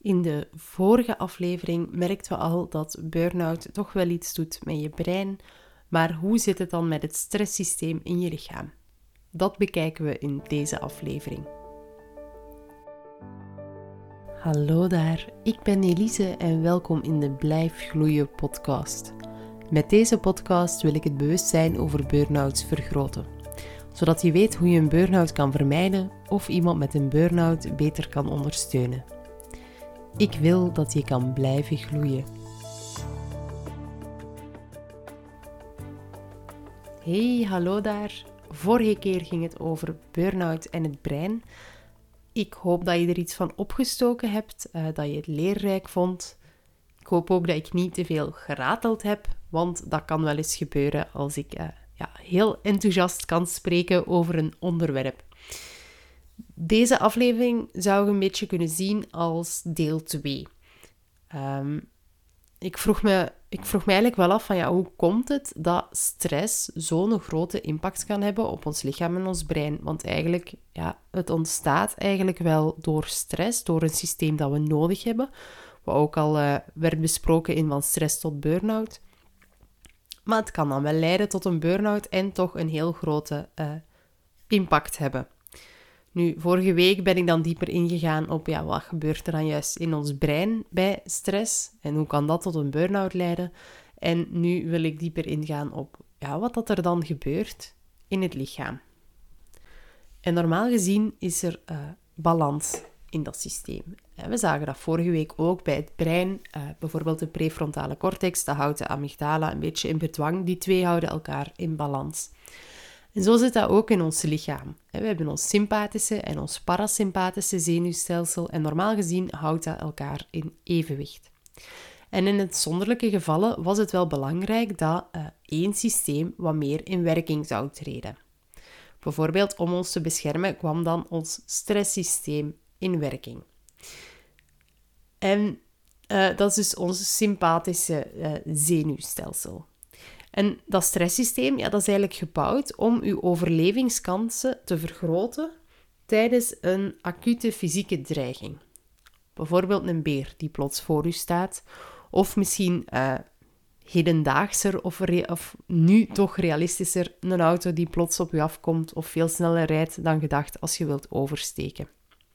In de vorige aflevering merkten we al dat burn-out toch wel iets doet met je brein, maar hoe zit het dan met het stresssysteem in je lichaam? Dat bekijken we in deze aflevering. Hallo daar, ik ben Elise en welkom in de Blijf Gloeien podcast. Met deze podcast wil ik het bewustzijn over burn-outs vergroten, zodat je weet hoe je een burn-out kan vermijden of iemand met een burn-out beter kan ondersteunen. Ik wil dat je kan blijven gloeien. Hey, hallo daar. Vorige keer ging het over burn-out en het brein. Ik hoop dat je er iets van opgestoken hebt, dat je het leerrijk vond. Ik hoop ook dat ik niet te veel gerateld heb, want dat kan wel eens gebeuren als ik heel enthousiast kan spreken over een onderwerp. Deze aflevering zou je een beetje kunnen zien als deel 2. Ik vroeg me eigenlijk wel af van hoe komt het dat stress zo'n grote impact kan hebben op ons lichaam en ons brein? Want eigenlijk, het ontstaat eigenlijk wel door stress, door een systeem dat we nodig hebben. Wat ook al werd besproken in van stress tot burn-out. Maar het kan dan wel leiden tot een burn-out en toch een heel grote impact hebben. Nu, vorige week ben ik dan dieper ingegaan op wat gebeurt er dan juist in ons brein bij stress en hoe kan dat tot een burn-out leiden. En nu wil ik dieper ingaan op wat dat er dan gebeurt in het lichaam. En normaal gezien is er balans in dat systeem. We zagen dat vorige week ook bij het brein, bijvoorbeeld de prefrontale cortex, dat houdt de amygdala een beetje in bedwang. Die twee houden elkaar in balans. En zo zit dat ook in ons lichaam. We hebben ons sympathische en ons parasympathische zenuwstelsel en normaal gezien houdt dat elkaar in evenwicht. En in uitzonderlijke gevallen was het wel belangrijk dat één systeem wat meer in werking zou treden. Bijvoorbeeld om ons te beschermen kwam dan ons stresssysteem in werking. En dat is dus ons sympathische zenuwstelsel. En dat stresssysteem, dat is eigenlijk gebouwd om uw overlevingskansen te vergroten tijdens een acute fysieke dreiging. Bijvoorbeeld een beer die plots voor u staat, of misschien hedendaagser of nu toch realistischer een auto die plots op u afkomt of veel sneller rijdt dan gedacht als je wilt oversteken.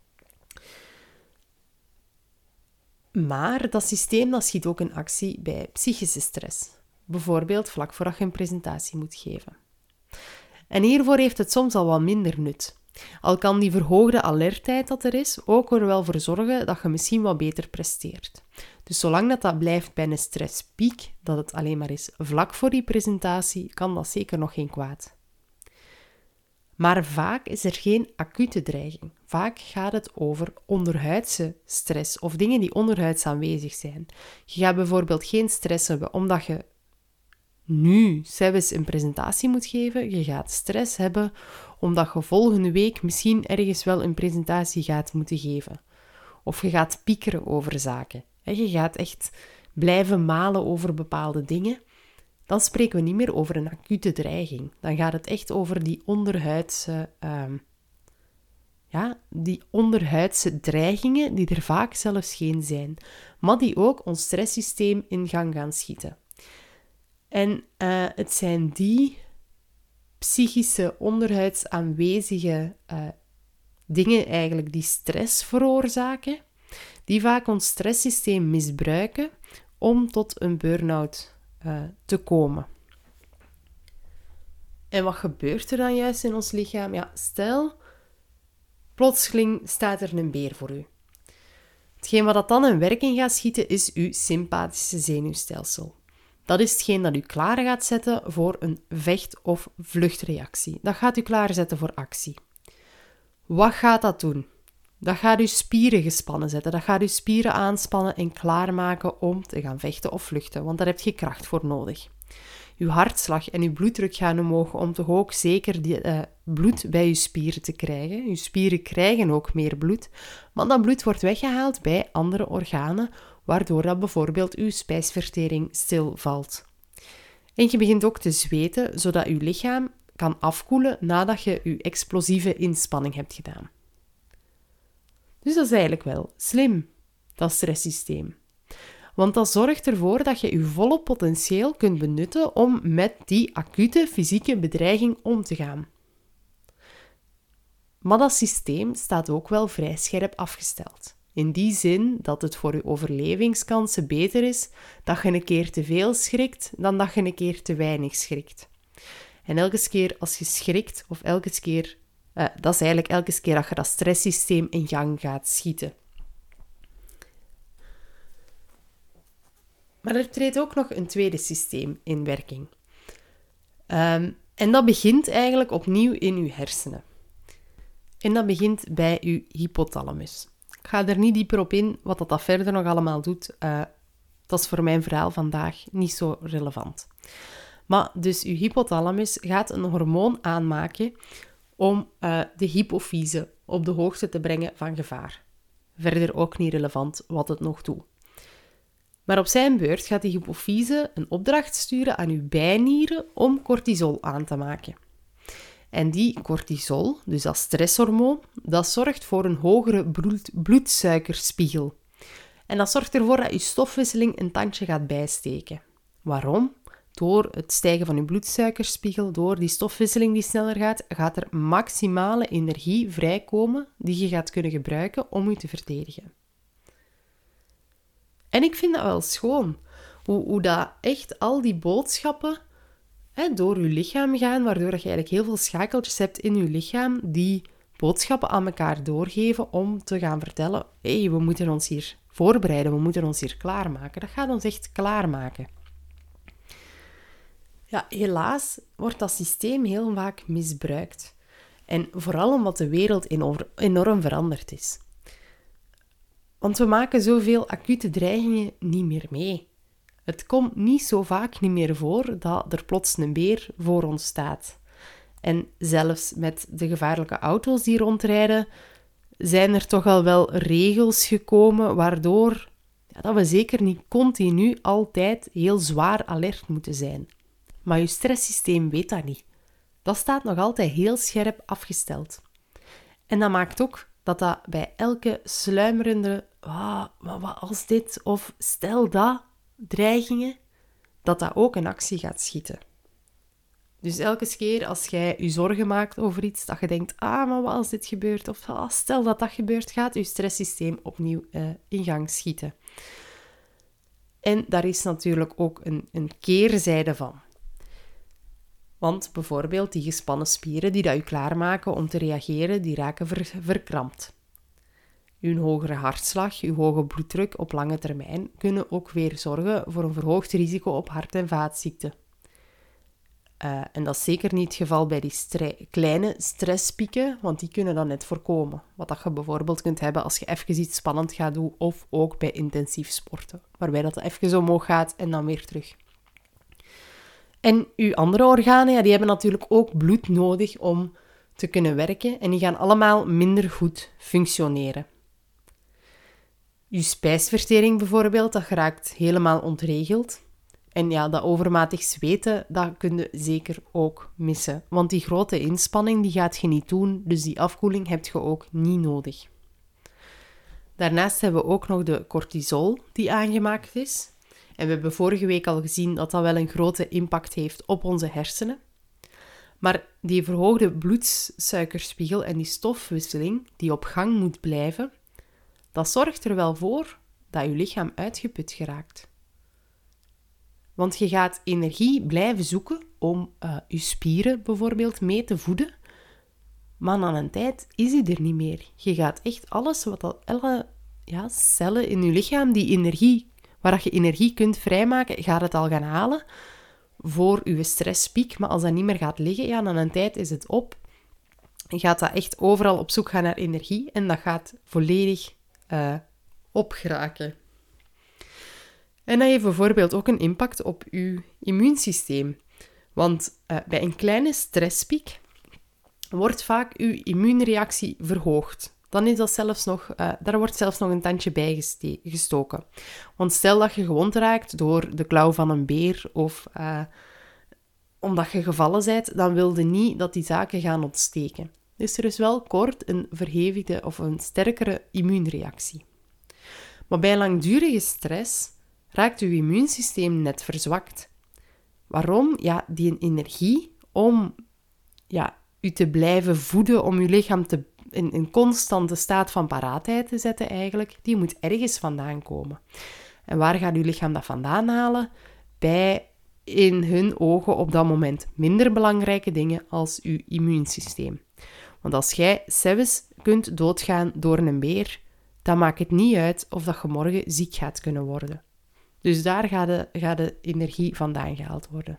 Maar dat systeem dat schiet ook in actie bij psychische stress. Bijvoorbeeld vlak voordat je een presentatie moet geven. En hiervoor heeft het soms al wat minder nut. Al kan die verhoogde alertheid dat er is ook er wel voor zorgen dat je misschien wat beter presteert. Dus zolang dat blijft bij een stresspiek, dat het alleen maar is vlak voor die presentatie, kan dat zeker nog geen kwaad. Maar vaak is er geen acute dreiging. Vaak gaat het over onderhuidse stress of dingen die onderhuids aanwezig zijn. Je gaat bijvoorbeeld geen stress hebben omdat je nu zelfs een presentatie moet geven. Je gaat stress hebben omdat je volgende week misschien ergens wel een presentatie gaat moeten geven. Of je gaat piekeren over zaken. Je gaat echt blijven malen over bepaalde dingen. Dan spreken we niet meer over een acute dreiging. Dan gaat het echt over die onderhuidse dreigingen, die er vaak zelfs geen zijn, maar die ook ons stresssysteem in gang gaan schieten. En het zijn die psychische, onderhuids aanwezige dingen eigenlijk die stress veroorzaken, die vaak ons stresssysteem misbruiken om tot een burn-out te komen. En wat gebeurt er dan juist in ons lichaam? Stel, plotseling staat er een beer voor u. Hetgeen wat dat dan in werking gaat schieten is uw sympathische zenuwstelsel. Dat is hetgeen dat u klaar gaat zetten voor een vecht- of vluchtreactie. Dat gaat u klaarzetten voor actie. Wat gaat dat doen? Dat gaat uw spieren gespannen zetten. Dat gaat uw spieren aanspannen en klaarmaken om te gaan vechten of vluchten, want daar heb je kracht voor nodig. Uw hartslag en uw bloeddruk gaan omhoog om toch ook zeker die, bloed bij uw spieren te krijgen. Uw spieren krijgen ook meer bloed, maar dat bloed wordt weggehaald bij andere organen, waardoor dat bijvoorbeeld uw spijsvertering stilvalt. En je begint ook te zweten, zodat uw lichaam kan afkoelen nadat je uw explosieve inspanning hebt gedaan. Dus dat is eigenlijk wel slim. dat stresssysteem. Want dat zorgt ervoor dat je je volle potentieel kunt benutten om met die acute fysieke bedreiging om te gaan. Maar dat systeem staat ook wel vrij scherp afgesteld. In die zin dat het voor je overlevingskansen beter is dat je een keer te veel schrikt dan dat je een keer te weinig schrikt. En elke keer als je schrikt, of dat is eigenlijk elke keer dat je dat stresssysteem in gang gaat schieten. Maar er treedt ook nog een tweede systeem in werking. En dat begint eigenlijk opnieuw in je hersenen. En dat begint bij je hypothalamus. Ik ga er niet dieper op in wat dat verder nog allemaal doet. Dat is voor mijn verhaal vandaag niet zo relevant. Maar dus je hypothalamus gaat een hormoon aanmaken om de hypofyse op de hoogte te brengen van gevaar. Verder ook niet relevant wat het nog doet. Maar op zijn beurt gaat de hypofyse een opdracht sturen aan uw bijnieren om cortisol aan te maken. En die cortisol, dus dat stresshormoon, dat zorgt voor een hogere bloedsuikerspiegel. En dat zorgt ervoor dat je stofwisseling een tandje gaat bijsteken. Waarom? Door het stijgen van je bloedsuikerspiegel, door die stofwisseling die sneller gaat, gaat er maximale energie vrijkomen die je gaat kunnen gebruiken om je te verdedigen. En ik vind dat wel schoon, hoe dat echt al die boodschappen door je lichaam gaan, waardoor je eigenlijk heel veel schakeltjes hebt in je lichaam die boodschappen aan elkaar doorgeven om te gaan vertellen, we moeten ons hier voorbereiden, we moeten ons hier klaarmaken. Dat gaat ons echt klaarmaken. Ja, helaas wordt dat systeem heel vaak misbruikt. En vooral omdat de wereld enorm veranderd is. Want we maken zoveel acute dreigingen niet meer mee. Het komt niet zo vaak niet meer voor dat er plots een beer voor ons staat. En zelfs met de gevaarlijke auto's die rondrijden, zijn er toch al wel regels gekomen waardoor dat we zeker niet continu altijd heel zwaar alert moeten zijn. Maar je stresssysteem weet dat niet. Dat staat nog altijd heel scherp afgesteld. En dat maakt ook dat bij elke sluimerende, wat als dit, of stel dat, dreigingen, dat ook in actie gaat schieten. Dus elke keer als jij je zorgen maakt over iets, dat je denkt, maar wat als dit gebeurt, of stel dat gebeurt, gaat je stresssysteem opnieuw in gang schieten. En daar is natuurlijk ook een keerzijde van. Want bijvoorbeeld die gespannen spieren die dat je klaarmaken om te reageren, die raken verkrampt. Uw hogere hartslag, uw hoge bloeddruk op lange termijn kunnen ook weer zorgen voor een verhoogd risico op hart- en vaatziekten. En dat is zeker niet het geval bij die kleine stresspieken, want die kunnen dan net voorkomen. Wat dat je bijvoorbeeld kunt hebben als je even iets spannend gaat doen, of ook bij intensief sporten, waarbij dat even omhoog gaat en dan weer terug. En uw andere organen, die hebben natuurlijk ook bloed nodig om te kunnen werken en die gaan allemaal minder goed functioneren. Je spijsvertering bijvoorbeeld, dat geraakt helemaal ontregeld. En ja, dat overmatig zweten, dat kun je zeker ook missen. Want die grote inspanning, die gaat je niet doen, dus die afkoeling heb je ook niet nodig. Daarnaast hebben we ook nog de cortisol die aangemaakt is. En we hebben vorige week al gezien dat dat wel een grote impact heeft op onze hersenen. Maar die verhoogde bloedsuikerspiegel en die stofwisseling die op gang moet blijven, dat zorgt er wel voor dat je lichaam uitgeput geraakt. Want je gaat energie blijven zoeken om je spieren bijvoorbeeld mee te voeden, maar na een tijd is die er niet meer. Je gaat echt alles alle cellen in je lichaam die energie, waar je energie kunt vrijmaken, gaat het al gaan halen voor je stresspiek. Maar als dat niet meer gaat liggen, na een tijd is het op. Je gaat dat echt overal op zoek gaan naar energie en dat gaat volledig opgeraken. En dat heeft bijvoorbeeld ook een impact op je immuunsysteem. Want bij een kleine stresspiek wordt vaak je immuunreactie verhoogd. Dan is dat daar wordt zelfs nog een tandje bij gestoken. Want stel dat je gewond raakt door de klauw van een beer of omdat je gevallen bent, dan wil je niet dat die zaken gaan ontsteken. Dus er is wel kort een verhevigde of een sterkere immuunreactie. Maar bij langdurige stress raakt uw immuunsysteem net verzwakt. Waarom? Ja, die energie om u te blijven voeden, om uw lichaam in een constante staat van paraatheid te zetten eigenlijk, die moet ergens vandaan komen. En waar gaat uw lichaam dat vandaan halen? Bij in hun ogen op dat moment minder belangrijke dingen als uw immuunsysteem. Want als jij zelfs kunt doodgaan door een beer, dan maakt het niet uit of dat je morgen ziek gaat kunnen worden. Dus daar gaat de energie vandaan gehaald worden.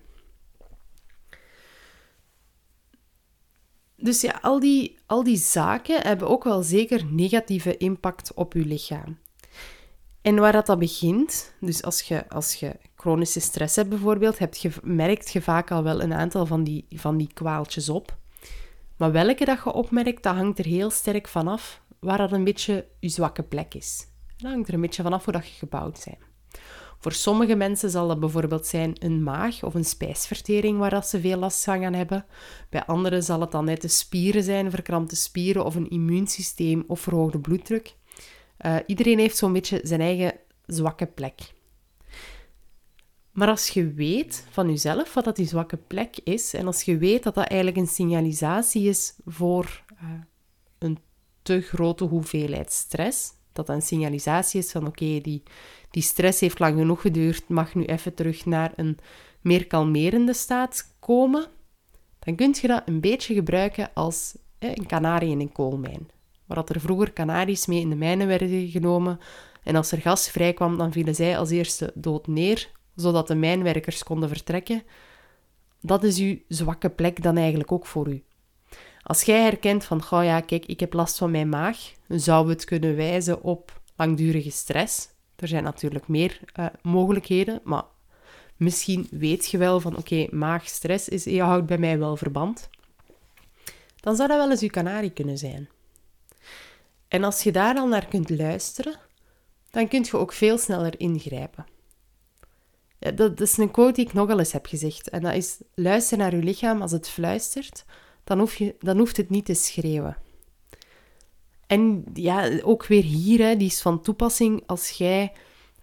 Dus ja, al die zaken hebben ook wel zeker negatieve impact op je lichaam. En waar dat begint, dus als je chronische stress hebt bijvoorbeeld, merkt je vaak al wel een aantal van die kwaaltjes op. Maar welke dat je opmerkt, dat hangt er heel sterk vanaf waar dat een beetje je zwakke plek is. Dat hangt er een beetje vanaf hoe dat je gebouwd bent. Voor sommige mensen zal dat bijvoorbeeld zijn een maag of een spijsvertering waar dat ze veel last van gaan hebben. Bij anderen zal het dan net de spieren zijn, verkrampte spieren of een immuunsysteem of verhoogde bloeddruk. Iedereen heeft zo'n beetje zijn eigen zwakke plek. Maar als je weet van jezelf wat dat die zwakke plek is, en als je weet dat dat eigenlijk een signalisatie is voor een te grote hoeveelheid stress, dat dat een signalisatie is van oké, die stress heeft lang genoeg geduurd, mag nu even terug naar een meer kalmerende staat komen, dan kun je dat een beetje gebruiken als een kanarie in een koolmijn. Waar dat er vroeger kanaries mee in de mijnen werden genomen en als er gas vrijkwam, dan vielen zij als eerste dood neer, zodat de mijnwerkers konden vertrekken. Dat is uw zwakke plek dan eigenlijk ook voor u. Als jij herkent van, goh ja, kijk, ik heb last van mijn maag, dan zou het kunnen wijzen op langdurige stress. Er zijn natuurlijk meer mogelijkheden, maar misschien weet je wel van, oké, maagstress houdt bij mij wel verband. Dan zou dat wel eens uw kanarie kunnen zijn. En als je daar al naar kunt luisteren, dan kun je ook veel sneller ingrijpen. Ja, dat is een quote die ik nogal eens heb gezegd. En dat is, luister naar je lichaam als het fluistert, dan hoeft het niet te schreeuwen. En ja, ook weer hier, die is van toepassing als jij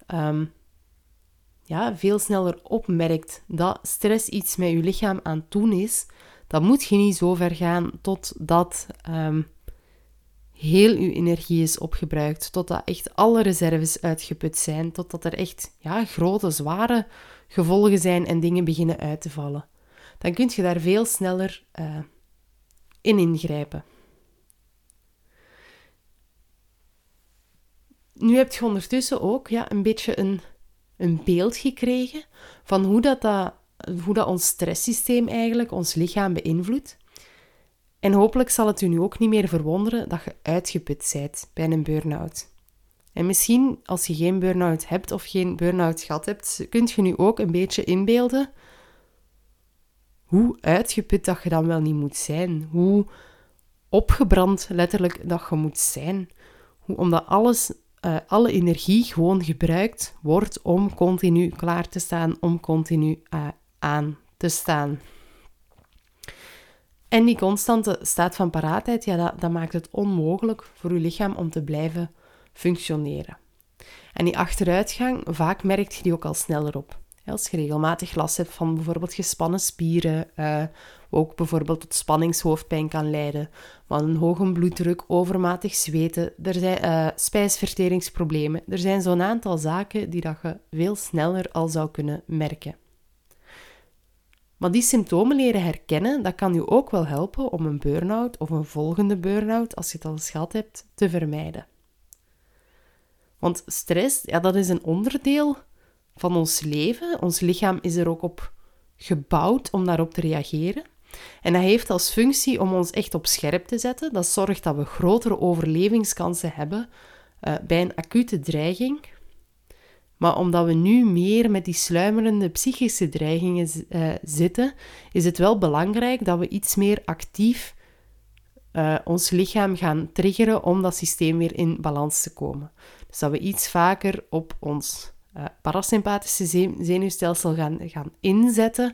veel sneller opmerkt dat stress iets met je lichaam aan het doen is, dan moet je niet zo ver gaan totdat heel je energie is opgebruikt, totdat echt alle reserves uitgeput zijn, totdat er echt grote, zware gevolgen zijn en dingen beginnen uit te vallen. Dan kun je daar veel sneller in ingrijpen. Nu heb je ondertussen ook een beetje een beeld gekregen van hoe dat ons stresssysteem eigenlijk ons lichaam beïnvloedt. En hopelijk zal het u nu ook niet meer verwonderen dat je uitgeput bent bij een burn-out. En misschien, als je geen burn-out hebt of geen burn-out gehad hebt, kun je nu ook een beetje inbeelden hoe uitgeput dat je dan wel niet moet zijn. Hoe opgebrand letterlijk dat je moet zijn. Omdat alle energie gewoon gebruikt wordt om continu klaar te staan, om continu aan te staan. En die constante staat van paraatheid, dat maakt het onmogelijk voor je lichaam om te blijven functioneren. En die achteruitgang, vaak merk je die ook al sneller op. Als je regelmatig last hebt van bijvoorbeeld gespannen spieren, ook bijvoorbeeld tot spanningshoofdpijn kan leiden, van een hoge bloeddruk, overmatig zweten, er zijn spijsverteringsproblemen. Er zijn zo'n aantal zaken die dat je veel sneller al zou kunnen merken. Maar die symptomen leren herkennen, dat kan je ook wel helpen om een burn-out of een volgende burn-out, als je het al eens gehad hebt, te vermijden. Want stress, dat is een onderdeel van ons leven. Ons lichaam is er ook op gebouwd om daarop te reageren. En dat heeft als functie om ons echt op scherp te zetten. Dat zorgt dat we grotere overlevingskansen hebben bij een acute dreiging. Maar omdat we nu meer met die sluimerende psychische dreigingen zitten, is het wel belangrijk dat we iets meer actief ons lichaam gaan triggeren om dat systeem weer in balans te komen. Dus dat we iets vaker op ons parasympathische zenuwstelsel gaan inzetten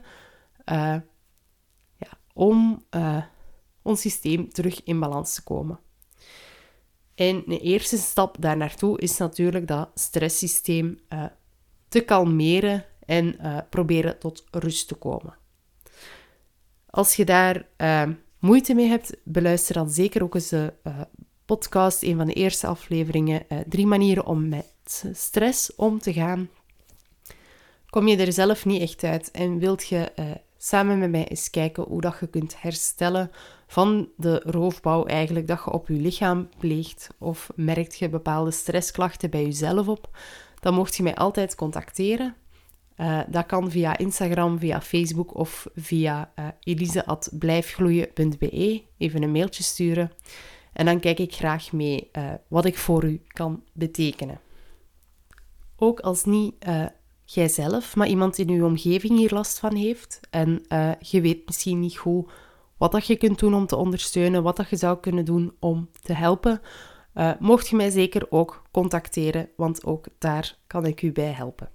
om ons systeem terug in balans te komen. En de eerste stap daar naartoe is natuurlijk dat stresssysteem te kalmeren en proberen tot rust te komen. Als je daar moeite mee hebt, beluister dan zeker ook eens de podcast, een van de eerste afleveringen, 3 manieren om met stress om te gaan. Kom je er zelf niet echt uit en wilt je samen met mij eens kijken hoe dat je kunt herstellen van de roofbouw eigenlijk dat je op je lichaam pleegt, of merkt je bepaalde stressklachten bij jezelf op, dan mocht je mij altijd contacteren. Dat kan via Instagram, via Facebook of via elise@blijfgloeien.be. Even een mailtje sturen. En dan kijk ik graag mee wat ik voor u kan betekenen. Ook als niet jijzelf, maar iemand in uw omgeving hier last van heeft en je weet misschien niet goed wat dat je kunt doen om te ondersteunen, wat dat je zou kunnen doen om te helpen, mocht je mij zeker ook contacteren, want ook daar kan ik u bij helpen.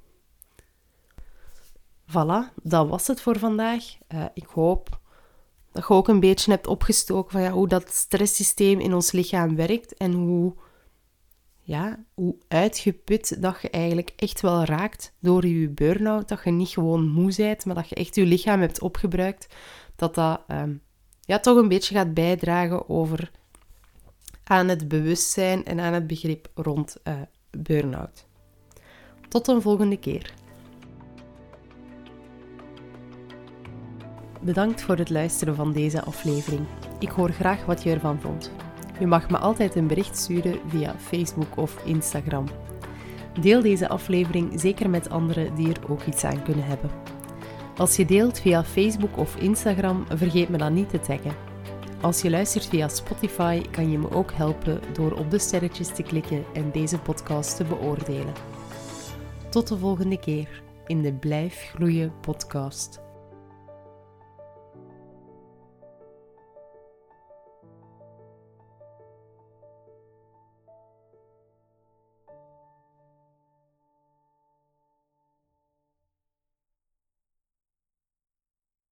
Voilà, dat was het voor vandaag. Ik hoop dat je ook een beetje hebt opgestoken van hoe dat stresssysteem in ons lichaam werkt en hoe uitgeput dat je eigenlijk echt wel raakt door je burn-out. Dat je niet gewoon moe bent, maar dat je echt je lichaam hebt opgebruikt. Dat toch een beetje gaat bijdragen aan het bewustzijn en aan het begrip rond burn-out. Tot een volgende keer. Bedankt voor het luisteren van deze aflevering. Ik hoor graag wat je ervan vond. Je mag me altijd een bericht sturen via Facebook of Instagram. Deel deze aflevering zeker met anderen die er ook iets aan kunnen hebben. Als je deelt via Facebook of Instagram, vergeet me dan niet te taggen. Als je luistert via Spotify, kan je me ook helpen door op de sterretjes te klikken en deze podcast te beoordelen. Tot de volgende keer in de Blijf Gloeien podcast.